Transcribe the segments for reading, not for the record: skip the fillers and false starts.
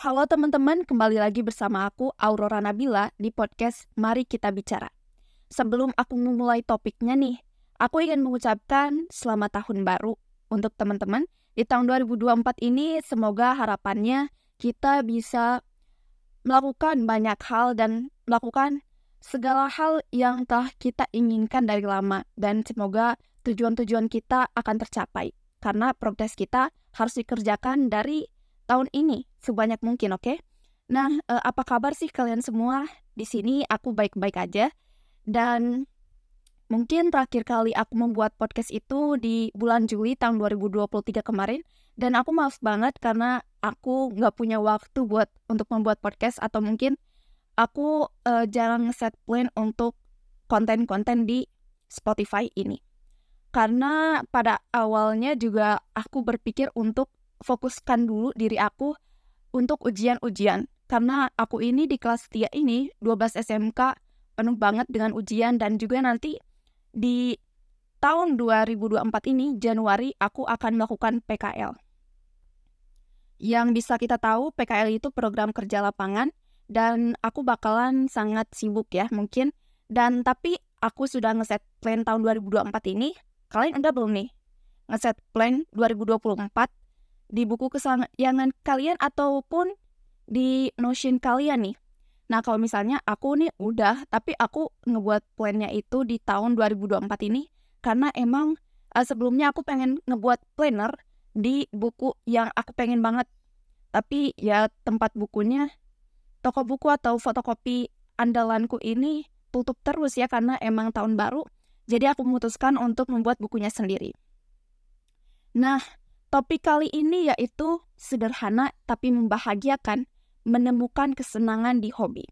Halo teman-teman, kembali lagi bersama aku Aurora Nabila di podcast Mari Kita Bicara. Sebelum aku memulai topiknya nih, aku ingin mengucapkan selamat tahun baru untuk teman-teman. Di tahun 2024 ini semoga harapannya kita bisa melakukan banyak hal dan melakukan segala hal yang telah kita inginkan dari lama. Dan semoga tujuan-tujuan kita akan tercapai. Karena progres kita harus dikerjakan dari tahun ini sebanyak mungkin, oke? Nah, apa kabar sih kalian semua? Di sini aku baik-baik aja. Dan mungkin terakhir kali aku membuat podcast itu di bulan Juli tahun 2023 kemarin. Dan aku maaf banget karena aku nggak punya waktu untuk membuat podcast. Atau mungkin aku jarang set plan untuk konten-konten di Spotify ini. Karena pada awalnya juga aku berpikir untuk fokuskan dulu diri aku untuk ujian-ujian. Karena aku ini di kelas 3 ini, 12 SMK, penuh banget dengan ujian. Dan juga nanti di tahun 2024 ini, Januari, aku akan melakukan PKL. Yang bisa kita tahu, PKL itu program kerja lapangan. Dan aku bakalan sangat sibuk ya, mungkin. Tapi aku sudah ngeset plan tahun 2024 ini. Kalian udah belum nih ngeset plan 2024 di buku kesayangan kalian ataupun di Notion kalian nih? Nah, kalau misalnya aku nih udah, tapi aku ngebuat plannya itu di tahun 2024 ini karena emang sebelumnya aku pengen ngebuat planner di buku yang aku pengen banget. Tapi ya tempat bukunya, toko buku atau fotokopi andalanku ini tutup terus ya karena emang tahun baru. Jadi aku memutuskan untuk membuat bukunya sendiri. Nah, topik kali ini yaitu sederhana tapi membahagiakan, menemukan kesenangan di hobi.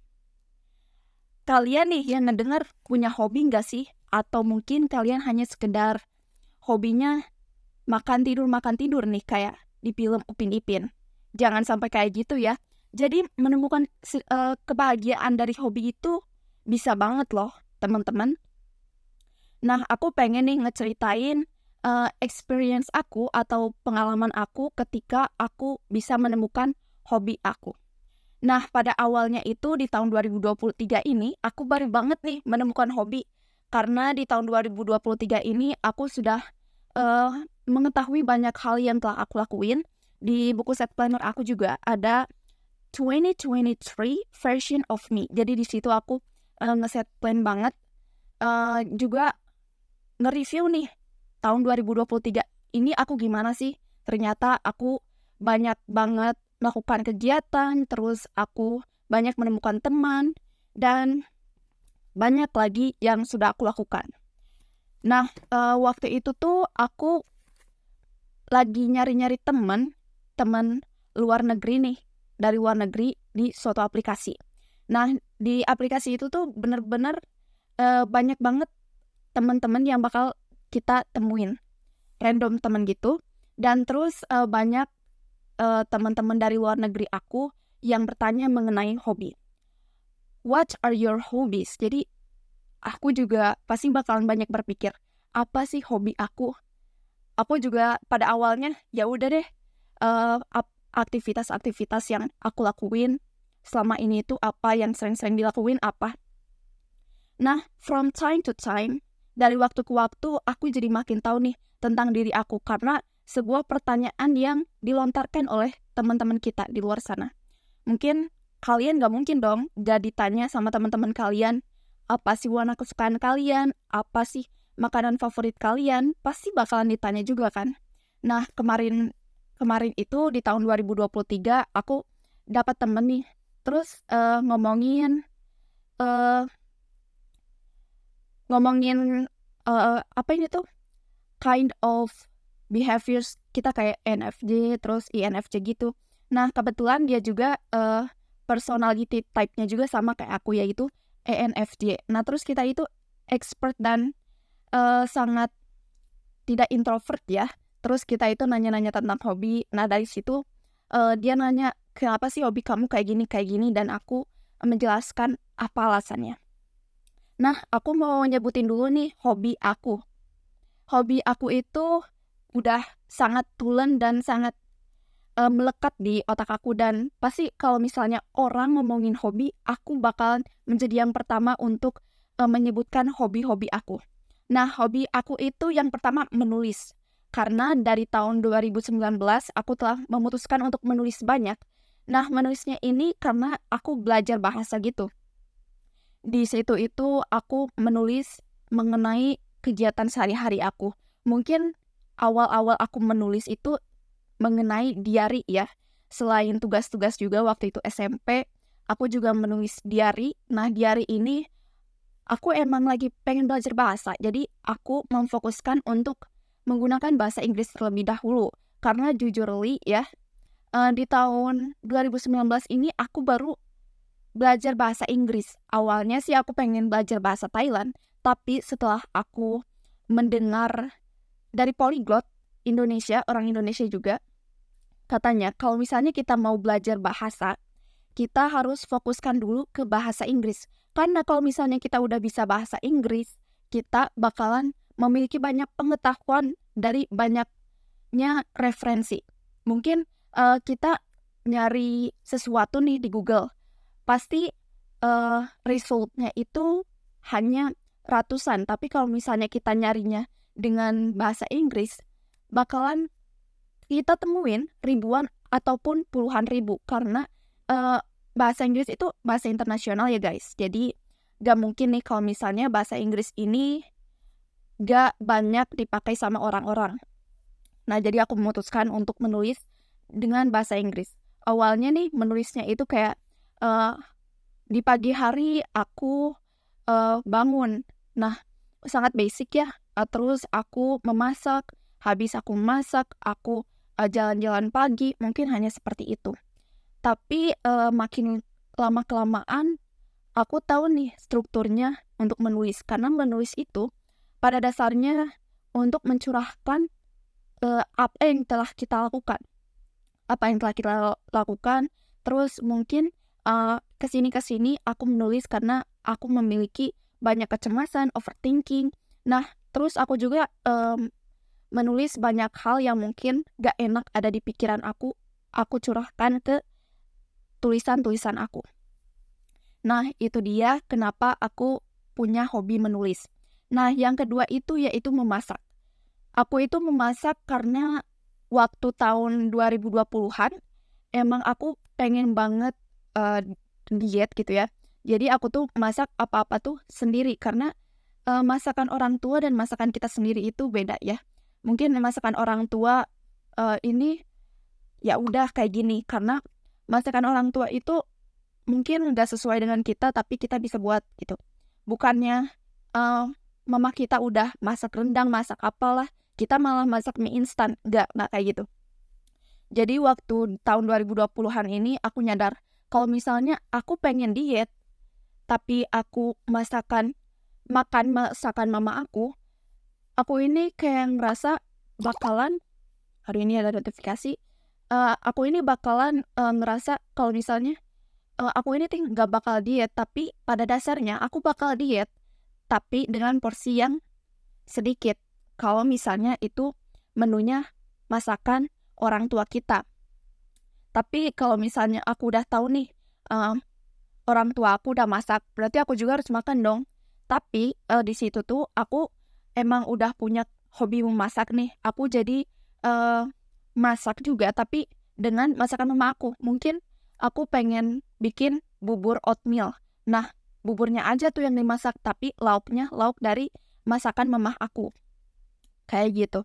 Kalian nih yang ngedengar punya hobi nggak sih? Atau mungkin kalian hanya sekedar hobinya makan tidur nih kayak di film Upin Ipin. Jangan sampai kayak gitu ya. Jadi menemukan kebahagiaan dari hobi itu bisa banget loh teman-teman. Nah, aku pengen nih ngeceritain experience aku atau pengalaman aku ketika aku bisa menemukan hobi aku. Nah, pada awalnya itu di tahun 2023 ini, aku baru banget nih menemukan hobi. Karena di tahun 2023 ini, aku sudah mengetahui banyak hal yang telah aku lakuin. Di buku set planner aku juga ada 2023 version of me. Jadi di situ aku ngeset plan banget. Juga nge-review nih tahun 2023 ini aku gimana sih. Ternyata aku banyak banget melakukan kegiatan, terus aku banyak menemukan teman, dan banyak lagi yang sudah aku lakukan. Nah, waktu itu tuh aku lagi nyari-nyari teman luar negeri nih, dari luar negeri di suatu aplikasi. Nah, di aplikasi itu tuh bener-bener banyak banget teman-teman yang bakal kita temuin, random teman gitu. Dan terus banyak teman-teman dari luar negeri aku yang bertanya mengenai hobi. What are your hobbies? Jadi aku juga pasti bakalan banyak berpikir, apa sih hobi aku? Aku juga pada awalnya ya udah deh, aktivitas-aktivitas yang aku lakuin selama ini itu apa, yang sering-sering dilakuin apa. Nah, from time to time, dari waktu ke waktu, aku jadi makin tahu nih tentang diri aku karena sebuah pertanyaan yang dilontarkan oleh teman-teman kita di luar sana. Mungkin kalian gak mungkin dong gak ditanya sama teman-teman kalian, apa sih warna kesukaan kalian, apa sih makanan favorit kalian, pasti bakalan ditanya juga kan. Nah, kemarin itu di tahun 2023 aku dapat temen nih, terus ngomongin apa ini tuh kind of behaviors kita kayak NFJ terus INFJ gitu. Nah, kebetulan dia juga personality type-nya juga sama kayak aku, yaitu ENFJ. Nah, terus kita itu expert dan sangat tidak introvert ya. Terus kita itu nanya-nanya tentang hobi. Nah, dari situ dia nanya, kenapa sih hobi kamu kayak gini, dan aku menjelaskan apa alasannya. Nah, aku mau nyebutin dulu nih hobi aku. Hobi aku itu udah sangat tulen dan sangat melekat di otak aku, dan pasti kalau misalnya orang ngomongin hobi, aku bakalan menjadi yang pertama untuk menyebutkan hobi-hobi aku. Nah, hobi aku itu yang pertama menulis. Karena dari tahun 2019 aku telah memutuskan untuk menulis banyak. Nah, menulisnya ini karena aku belajar bahasa gitu. Di situ itu aku menulis mengenai kegiatan sehari-hari aku. Mungkin awal-awal aku menulis itu mengenai diary ya. Selain tugas-tugas juga waktu itu SMP, aku juga menulis diary. Nah, diary ini aku emang lagi pengen belajar bahasa. Jadi, aku memfokuskan untuk menggunakan bahasa Inggris terlebih dahulu. Karena jujurly ya, di tahun 2019 ini aku baru belajar bahasa Inggris. Awalnya sih aku pengen belajar bahasa Thailand, tapi setelah aku mendengar dari polyglot Indonesia, orang Indonesia juga, katanya kalau misalnya kita mau belajar bahasa, kita harus fokuskan dulu ke bahasa Inggris. Karena kalau misalnya kita udah bisa bahasa Inggris, kita bakalan memiliki banyak pengetahuan dari banyaknya referensi. Mungkin kita nyari sesuatu nih di Google, pasti resultnya itu hanya ratusan. Tapi kalau misalnya kita nyarinya dengan bahasa Inggris, bakalan kita temuin ribuan ataupun puluhan ribu. Karena bahasa Inggris itu bahasa internasional ya guys. Jadi gak mungkin nih kalau misalnya bahasa Inggris ini gak banyak dipakai sama orang-orang. Nah, jadi aku memutuskan untuk menulis dengan bahasa Inggris. Awalnya nih menulisnya itu kayak di pagi hari aku bangun. Nah, sangat basic ya. Terus aku memasak. Habis aku masak, aku jalan-jalan pagi. Mungkin hanya seperti itu. Tapi makin lama-kelamaan aku tahu nih strukturnya untuk menulis. Karena menulis itu pada dasarnya untuk mencurahkan apa yang telah kita lakukan. Apa yang telah kita lakukan. Terus mungkin kesini aku menulis karena aku memiliki banyak kecemasan, overthinking. Nah, terus aku juga menulis banyak hal yang mungkin gak enak ada di pikiran aku curahkan ke tulisan-tulisan aku. Nah, itu dia kenapa aku punya hobi menulis. Nah, yang kedua itu yaitu memasak. Aku itu memasak karena waktu tahun 2020-an emang aku pengen banget diet gitu ya. Jadi aku tuh masak apa-apa tuh sendiri karena masakan orang tua dan masakan kita sendiri itu beda ya. Mungkin masakan orang tua ini ya udah kayak gini, karena masakan orang tua itu mungkin nggak sesuai dengan kita, tapi kita bisa buat gitu. Bukannya mama kita udah masak rendang, masak apalah, kita malah masak mie instan. Nggak kayak gitu. Jadi waktu tahun 2020-an ini aku nyadar kalau misalnya aku pengen diet, tapi aku makan masakan mama aku ini kayak ngerasa bakalan, hari ini ada notifikasi, aku ini bakalan ngerasa kalau misalnya aku ini nggak bakal diet, tapi pada dasarnya aku bakal diet, tapi dengan porsi yang sedikit. Kalau misalnya itu menunya masakan orang tua kita. Tapi kalau misalnya aku udah tahu nih orang tua aku udah masak, berarti aku juga harus makan dong. Tapi di situ tuh aku emang udah punya hobi memasak nih. Aku jadi masak juga, tapi dengan masakan mama aku. Mungkin aku pengen bikin bubur oatmeal. Nah, buburnya aja tuh yang dimasak, tapi lauknya lauk dari masakan mama aku. Kayak gitu.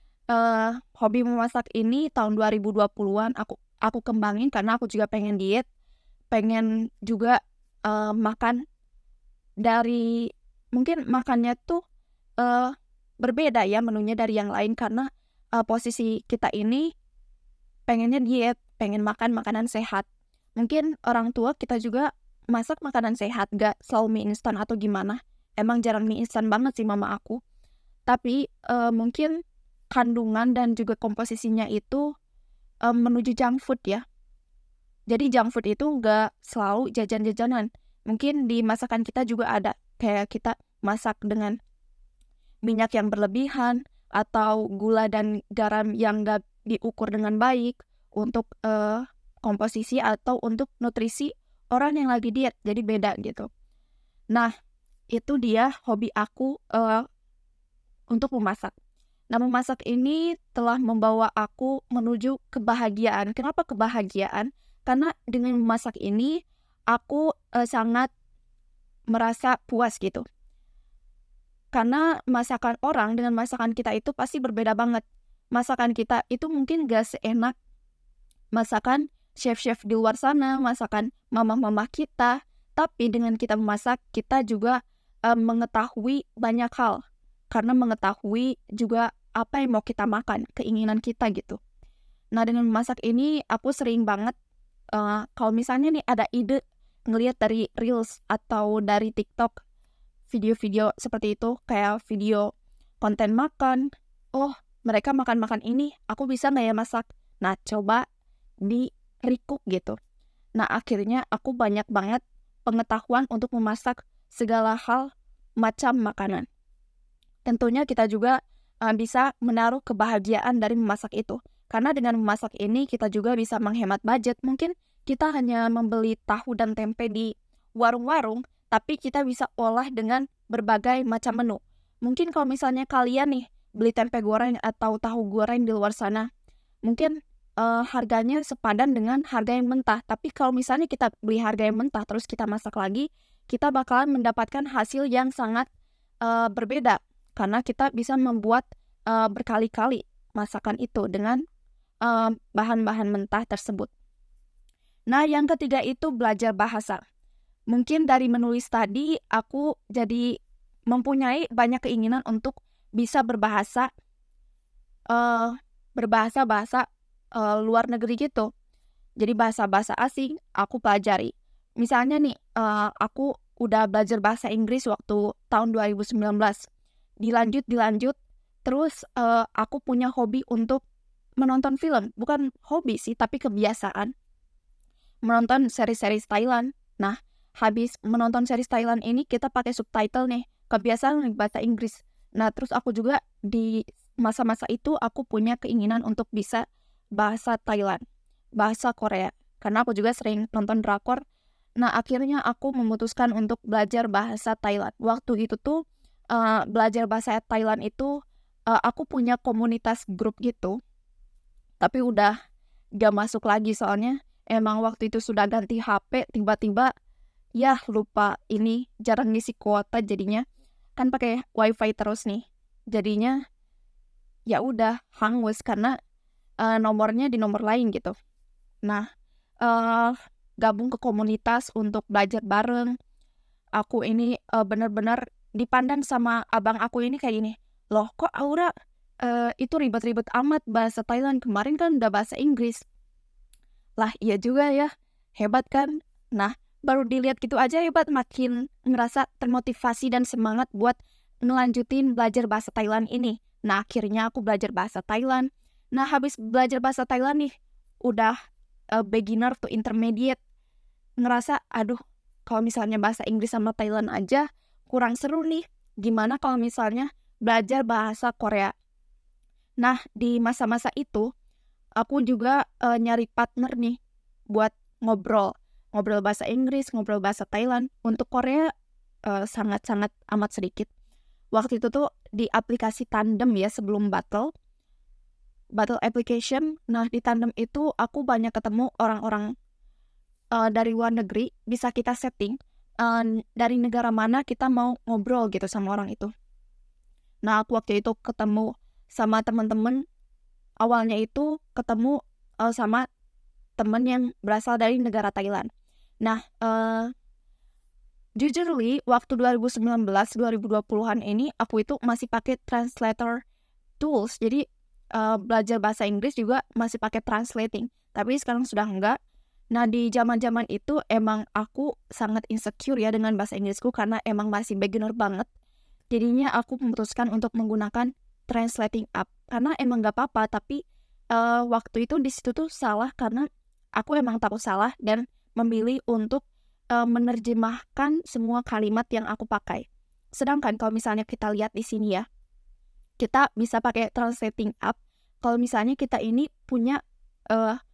Hobi memasak ini tahun 2020-an aku kembangin karena aku juga pengen diet, pengen juga makan dari, mungkin makannya tuh berbeda ya menunya dari yang lain, karena posisi kita ini pengennya diet, pengen makan makanan sehat. Mungkin orang tua kita juga masak makanan sehat, gak selalu mie instan atau gimana. Emang jarang mie instan banget sih mama aku. Tapi mungkin kandungan dan juga komposisinya itu menuju junk food ya. Jadi junk food itu nggak selalu jajan-jajanan. Mungkin di masakan kita juga ada. Kayak kita masak dengan minyak yang berlebihan, atau gula dan garam yang nggak diukur dengan baik. untuk komposisi atau untuk nutrisi orang yang lagi diet, jadi beda gitu. Nah, itu dia hobi aku untuk memasak. Nah, memasak ini telah membawa aku menuju kebahagiaan. Kenapa kebahagiaan? Karena dengan memasak ini, aku sangat merasa puas gitu. Karena masakan orang dengan masakan kita itu pasti berbeda banget. Masakan kita itu mungkin gak seenak masakan chef-chef di luar sana, masakan mama-mama kita. Tapi dengan kita memasak, kita juga mengetahui banyak hal. Karena mengetahui juga apa yang mau kita makan, keinginan kita gitu. Nah, dengan memasak ini aku sering banget kalau misalnya nih ada ide ngelihat dari Reels atau dari TikTok video-video seperti itu, kayak video konten makan. Oh, mereka makan-makan ini, aku bisa nggak ya masak? Nah, coba di recook gitu. Nah, akhirnya aku banyak banget pengetahuan untuk memasak segala hal macam makanan. Tentunya kita juga bisa menaruh kebahagiaan dari memasak itu. Karena dengan memasak ini kita juga bisa menghemat budget. Mungkin kita hanya membeli tahu dan tempe di warung-warung, tapi kita bisa olah dengan berbagai macam menu. Mungkin kalau misalnya kalian nih beli tempe goreng atau tahu goreng di luar sana, mungkin harganya sepadan dengan harga yang mentah. Tapi kalau misalnya kita beli harga yang mentah terus kita masak lagi, kita bakalan mendapatkan hasil yang sangat berbeda. Karena kita bisa membuat berkali-kali masakan itu dengan bahan-bahan mentah tersebut. Nah, yang ketiga itu belajar bahasa. Mungkin dari menulis tadi, aku jadi mempunyai banyak keinginan untuk bisa berbahasa luar negeri gitu. Jadi bahasa-bahasa asing aku pelajari. Misalnya nih, aku udah belajar bahasa Inggris waktu tahun 2019. Dilanjut, terus aku punya hobi untuk menonton film. Bukan hobi sih, tapi kebiasaan. Menonton seri-seri Thailand. Nah, habis menonton seri Thailand ini, kita pakai subtitle nih. Kebiasaan bahasa Inggris. Nah, terus aku juga di masa-masa itu, aku punya keinginan untuk bisa bahasa Thailand, bahasa Korea. Karena aku juga sering nonton drakor. Nah, akhirnya aku memutuskan untuk belajar bahasa Thailand. Waktu itu tuh, belajar bahasa Thailand itu, aku punya komunitas grup gitu. Tapi udah gak masuk lagi soalnya emang waktu itu sudah ganti HP, tiba-tiba ya lupa ini, jarang ngisi kuota jadinya. Kan pakai wifi terus nih. Jadinya ya udah hangus karena nomornya di nomor lain gitu. Nah, gabung ke komunitas untuk belajar bareng. Aku ini benar-benar dipandang sama abang aku ini kayak gini. Loh, kok Aura itu ribet-ribet amat bahasa Thailand, kemarin kan udah bahasa Inggris. Lah, iya juga ya, hebat kan? Nah, baru dilihat gitu aja hebat, makin ngerasa termotivasi dan semangat buat ngelanjutin belajar bahasa Thailand ini. Nah, akhirnya aku belajar bahasa Thailand. Nah, habis belajar bahasa Thailand nih, udah beginner to intermediate. Ngerasa, aduh, kalau misalnya bahasa Inggris sama Thailand aja kurang seru nih. Gimana kalau misalnya belajar bahasa Korea? Nah, di masa-masa itu, aku juga nyari partner nih buat ngobrol bahasa Inggris, ngobrol bahasa Thailand. Untuk Korea sangat-sangat amat sedikit. Waktu itu tuh di aplikasi Tandem ya, sebelum battle application. Nah, di Tandem itu aku banyak ketemu orang-orang dari luar negeri. Bisa kita setting dari negara mana kita mau ngobrol gitu sama orang itu. Nah, aku waktu itu ketemu sama teman-teman. Awalnya itu ketemu sama temen yang berasal dari negara Thailand. Nah, jujurly waktu 2019-2020-an ini aku itu masih pakai translator tools. Jadi belajar bahasa Inggris juga masih pakai translating. Tapi sekarang sudah enggak. Nah, di zaman-zaman itu emang aku sangat insecure ya dengan bahasa Inggrisku karena emang masih beginner banget. Jadinya aku memutuskan untuk menggunakan translating app. Karena emang gak apa-apa, tapi waktu itu di situ tuh salah karena aku emang tahu salah dan memilih untuk menerjemahkan semua kalimat yang aku pakai. Sedangkan kalau misalnya kita lihat di sini ya, kita bisa pakai translating app. Kalau misalnya kita ini punya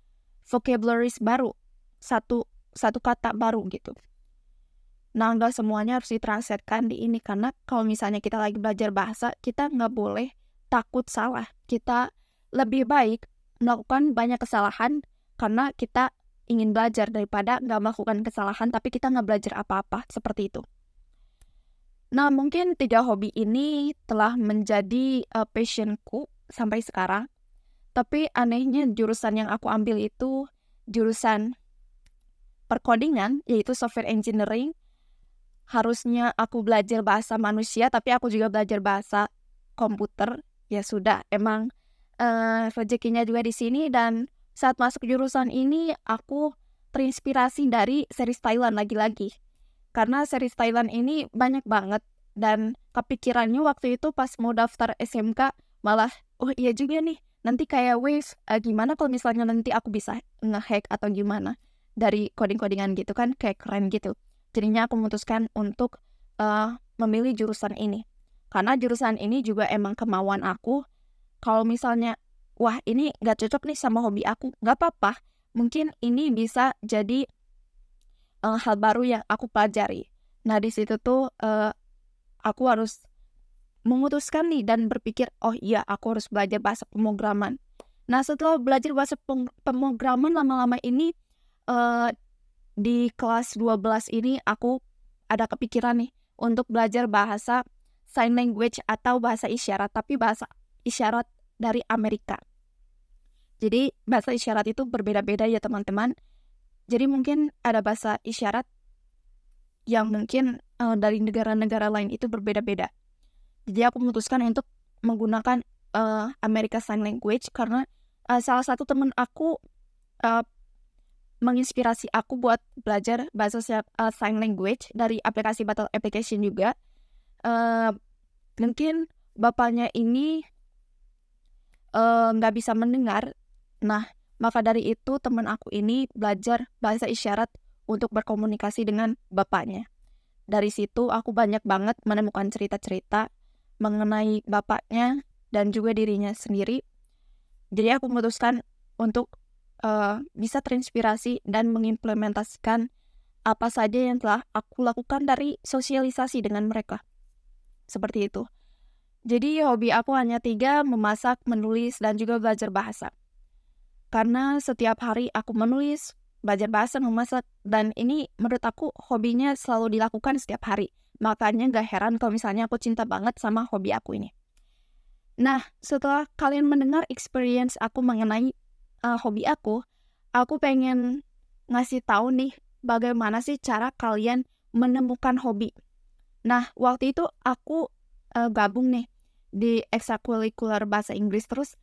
vocabularies baru, satu kata baru gitu. Nah, nggak semuanya harus ditranslatekan di ini, karena kalau misalnya kita lagi belajar bahasa, kita nggak boleh takut salah. Kita lebih baik melakukan banyak kesalahan karena kita ingin belajar daripada nggak melakukan kesalahan tapi kita nggak belajar apa-apa, seperti itu. Nah, mungkin 3 hobi ini telah menjadi passionku sampai sekarang. Tapi anehnya jurusan yang aku ambil itu jurusan perkodingan, yaitu software engineering. Harusnya aku belajar bahasa manusia, tapi aku juga belajar bahasa komputer. Ya sudah, emang rezekinya juga di sini. Dan saat masuk jurusan ini, aku terinspirasi dari series Thailand lagi-lagi. Karena series Thailand ini banyak banget. Dan kepikirannya waktu itu pas mau daftar SMK, malah, oh iya juga nih, nanti kayak Wave, gimana kalau misalnya nanti aku bisa nge-hack atau gimana dari coding-codingan gitu kan, kayak keren gitu. Jadinya aku memutuskan untuk memilih jurusan ini. Karena jurusan ini juga emang kemauan aku. Kalau misalnya, wah ini gak cocok nih sama hobi aku, gak apa-apa. Mungkin ini bisa jadi hal baru yang aku pelajari. Nah, di situ tuh aku harus memutuskan nih dan berpikir, oh iya aku harus belajar bahasa pemrograman. Nah, setelah belajar bahasa pemrograman lama-lama ini, di kelas 12 ini aku ada kepikiran nih untuk belajar bahasa sign language atau bahasa isyarat, tapi bahasa isyarat dari Amerika. Jadi bahasa isyarat itu berbeda-beda ya teman-teman. Jadi mungkin ada bahasa isyarat yang mungkin dari negara-negara lain itu berbeda-beda. Jadi aku memutuskan untuk menggunakan America Sign Language karena salah satu teman aku menginspirasi aku buat belajar bahasa sign language dari aplikasi Battle Application juga. Mungkin bapaknya ini nggak bisa mendengar. Nah, maka dari itu teman aku ini belajar bahasa isyarat untuk berkomunikasi dengan bapaknya. Dari situ aku banyak banget menemukan cerita-cerita mengenai bapaknya dan juga dirinya sendiri. Jadi aku memutuskan untuk bisa terinspirasi dan mengimplementasikan apa saja yang telah aku lakukan dari sosialisasi dengan mereka. Seperti itu. Jadi hobi aku hanya 3, memasak, menulis, dan juga belajar bahasa. Karena setiap hari aku menulis, belajar bahasa, memasak, dan ini menurut aku hobinya selalu dilakukan setiap hari. Makanya gak heran kalau misalnya aku cinta banget sama hobi aku ini. Nah, setelah kalian mendengar experience aku mengenai hobi aku pengen ngasih tahu nih bagaimana sih cara kalian menemukan hobi. Nah, waktu itu aku gabung nih di ekstrakurikuler bahasa Inggris, terus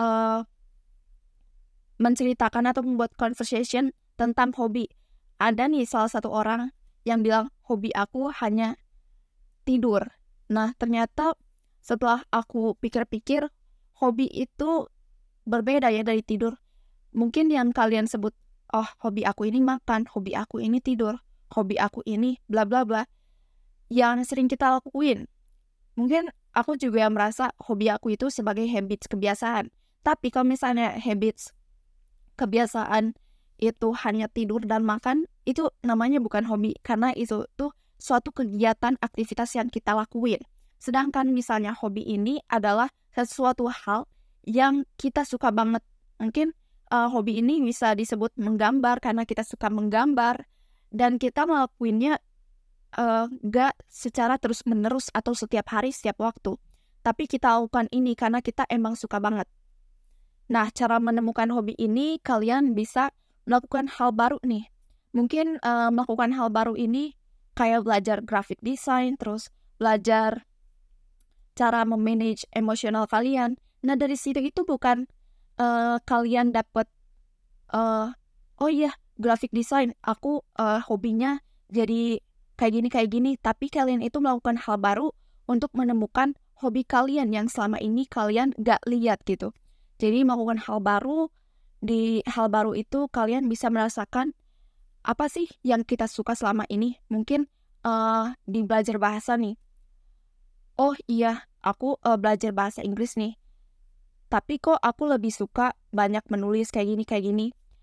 menceritakan atau membuat conversation tentang hobi. Ada nih salah satu orang yang bilang hobi aku hanya tidur. Nah, ternyata setelah aku pikir-pikir, hobi itu berbeda ya dari tidur. Mungkin yang kalian sebut, oh hobi aku ini makan, hobi aku ini tidur, hobi aku ini bla bla bla, yang sering kita lakuin. Mungkin aku juga merasa hobi aku itu sebagai habits, kebiasaan. Tapi kalau misalnya habits, kebiasaan itu hanya tidur dan makan, itu namanya bukan hobi, karena itu tuh suatu kegiatan aktivitas yang kita lakuin. Sedangkan misalnya hobi ini adalah sesuatu hal yang kita suka banget. Mungkin hobi ini bisa disebut menggambar karena kita suka menggambar dan kita melakukannya gak secara terus-menerus atau setiap hari, setiap waktu. Tapi kita lakukan ini karena kita emang suka banget. Nah, cara menemukan hobi ini kalian bisa melakukan hal baru nih. Mungkin melakukan hal baru ini kayak belajar graphic design, terus belajar cara memanage emosional kalian. Nah, dari situ itu bukan kalian dapat oh iya graphic design aku hobinya jadi kayak gini, tapi kalian itu melakukan hal baru untuk menemukan hobi kalian yang selama ini kalian gak lihat gitu. Jadi melakukan hal baru, di hal baru itu kalian bisa merasakan apa sih yang kita suka selama ini. Mungkin di belajar bahasa nih, oh iya aku belajar bahasa Inggris nih, tapi kok aku lebih suka banyak menulis kayak gini.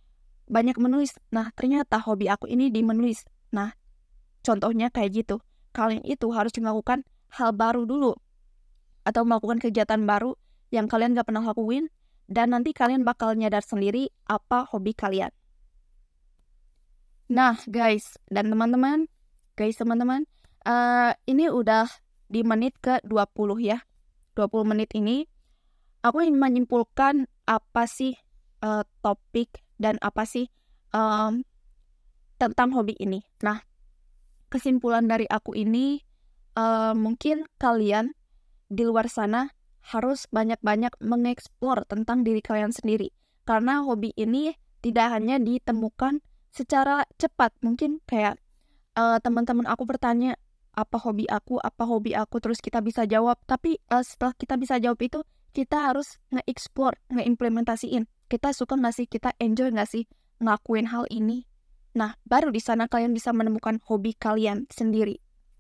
banyak menulis. Nah, ternyata hobi aku ini di menulis. Nah, contohnya kayak gitu. Kalian itu harus melakukan hal baru dulu atau melakukan kegiatan baru yang kalian gak pernah lakuin, dan nanti kalian bakal nyadar sendiri apa hobi kalian. Nah, guys dan teman-teman, ini udah di menit ke-20 ya. 20 menit ini aku ingin menyimpulkan apa sih topik dan apa sih tentang hobi ini. Nah, kesimpulan dari aku ini, mungkin kalian di luar sana harus banyak-banyak mengeksplor tentang diri kalian sendiri. Karena hobi ini tidak hanya ditemukan secara cepat. Mungkin kayak teman-teman aku bertanya, apa hobi aku, terus kita bisa jawab. Tapi setelah kita bisa jawab itu, kita harus nge-explore, nge-implementasiin. Kita suka nggak sih, kita enjoy nggak sih ngelakuin hal ini? Nah, baru di sana kalian bisa menemukan hobi kalian sendiri.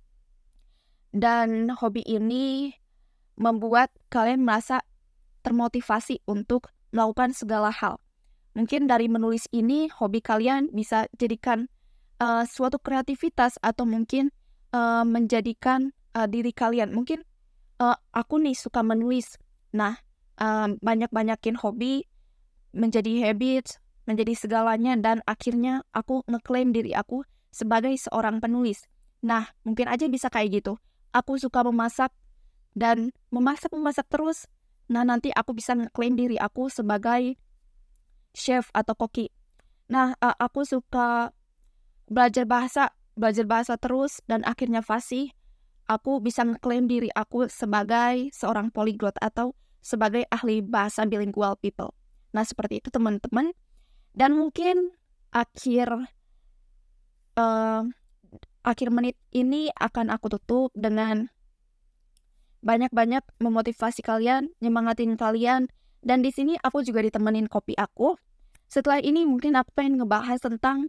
Dan hobi ini membuat kalian merasa termotivasi untuk melakukan segala hal. Mungkin dari menulis ini, hobi kalian bisa jadikan suatu kreativitas atau mungkin menjadikan diri kalian. Mungkin aku nih suka menulis. Nah, banyak-banyakin hobi menjadi habits, menjadi segalanya, dan akhirnya aku ngeklaim diri aku sebagai seorang penulis. Nah, mungkin aja bisa kayak gitu. Aku suka memasak dan memasak terus. Nah, nanti aku bisa ngeklaim diri aku sebagai chef atau koki. Nah, aku suka belajar bahasa terus dan akhirnya fasih. Aku bisa ngeklaim diri aku sebagai seorang polyglot atau sebagai ahli bahasa bilingual people. Nah, seperti itu teman-teman. Dan mungkin akhir menit ini akan aku tutup dengan banyak-banyak memotivasi kalian, nyemangatin kalian. Dan di sini aku juga ditemenin kopi aku. Setelah ini mungkin aku pengen ngebahas tentang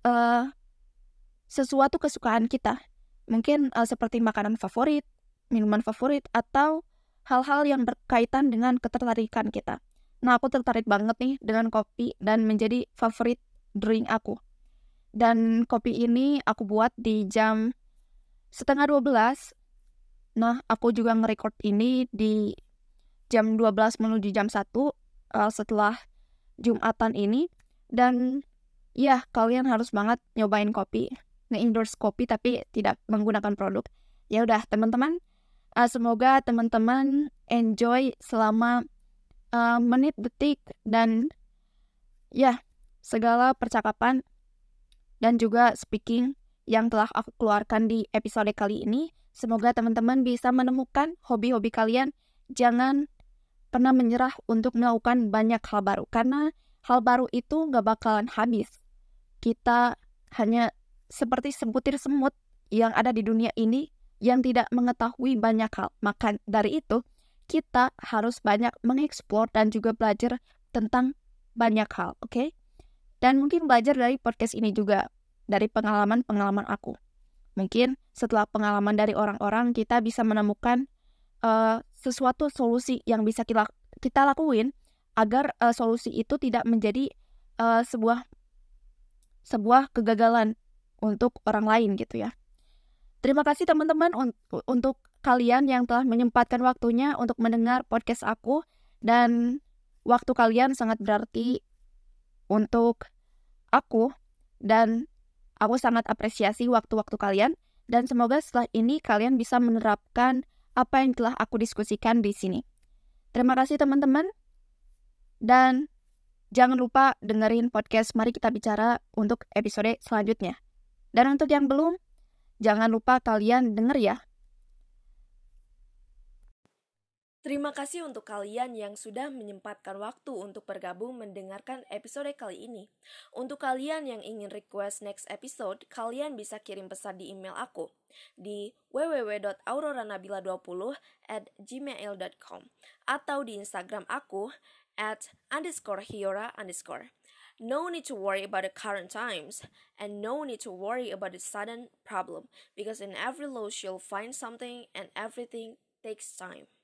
sesuatu kesukaan kita. Mungkin seperti makanan favorit, minuman favorit, atau hal-hal yang berkaitan dengan ketertarikan kita. Nah, aku tertarik banget nih dengan kopi dan menjadi favorit drink aku. Dan kopi ini aku buat di jam 11:30. Nah, aku juga nge-record ini di jam 12 menuju jam 1 setelah Jumatan ini. Dan ya, kalian harus banget nyobain kopi, nge-endorse kopi tapi tidak menggunakan produk. Ya udah, teman-teman, semoga teman-teman enjoy selama menit, detik, dan ya, segala percakapan dan juga speaking yang telah aku keluarkan di episode kali ini. Semoga teman-teman bisa menemukan hobi-hobi kalian. Jangan pernah menyerah untuk melakukan banyak hal baru, karena hal baru itu gak bakalan habis. Kita hanya seperti sebutir semut yang ada di dunia ini yang tidak mengetahui banyak hal. Maka dari itu, kita harus banyak mengeksplor dan juga belajar tentang banyak hal, oke? Dan mungkin belajar dari podcast ini juga, dari pengalaman-pengalaman aku. Mungkin setelah pengalaman dari orang-orang, kita bisa menemukan sesuatu solusi yang bisa kita lakuin agar solusi itu tidak menjadi sebuah kegagalan untuk orang lain gitu ya. Terima kasih teman-teman untuk kalian yang telah menyempatkan waktunya untuk mendengar podcast aku, dan waktu kalian sangat berarti untuk aku, dan aku sangat apresiasi waktu-waktu kalian, dan semoga setelah ini kalian bisa menerapkan apa yang telah aku diskusikan di sini. Terima kasih teman-teman, dan jangan lupa dengerin podcast Mari Kita Bicara untuk episode selanjutnya. Dan untuk yang belum, jangan lupa kalian denger ya. Terima kasih untuk kalian yang sudah menyempatkan waktu untuk bergabung mendengarkan episode kali ini. Untuk kalian yang ingin request next episode, kalian bisa kirim pesan di email aku di www.auroranabila20@gmail.com atau di Instagram aku @_hiora_. No need to worry about the current times, and no need to worry about the sudden problem, because in every loss you'll find something, and everything takes time.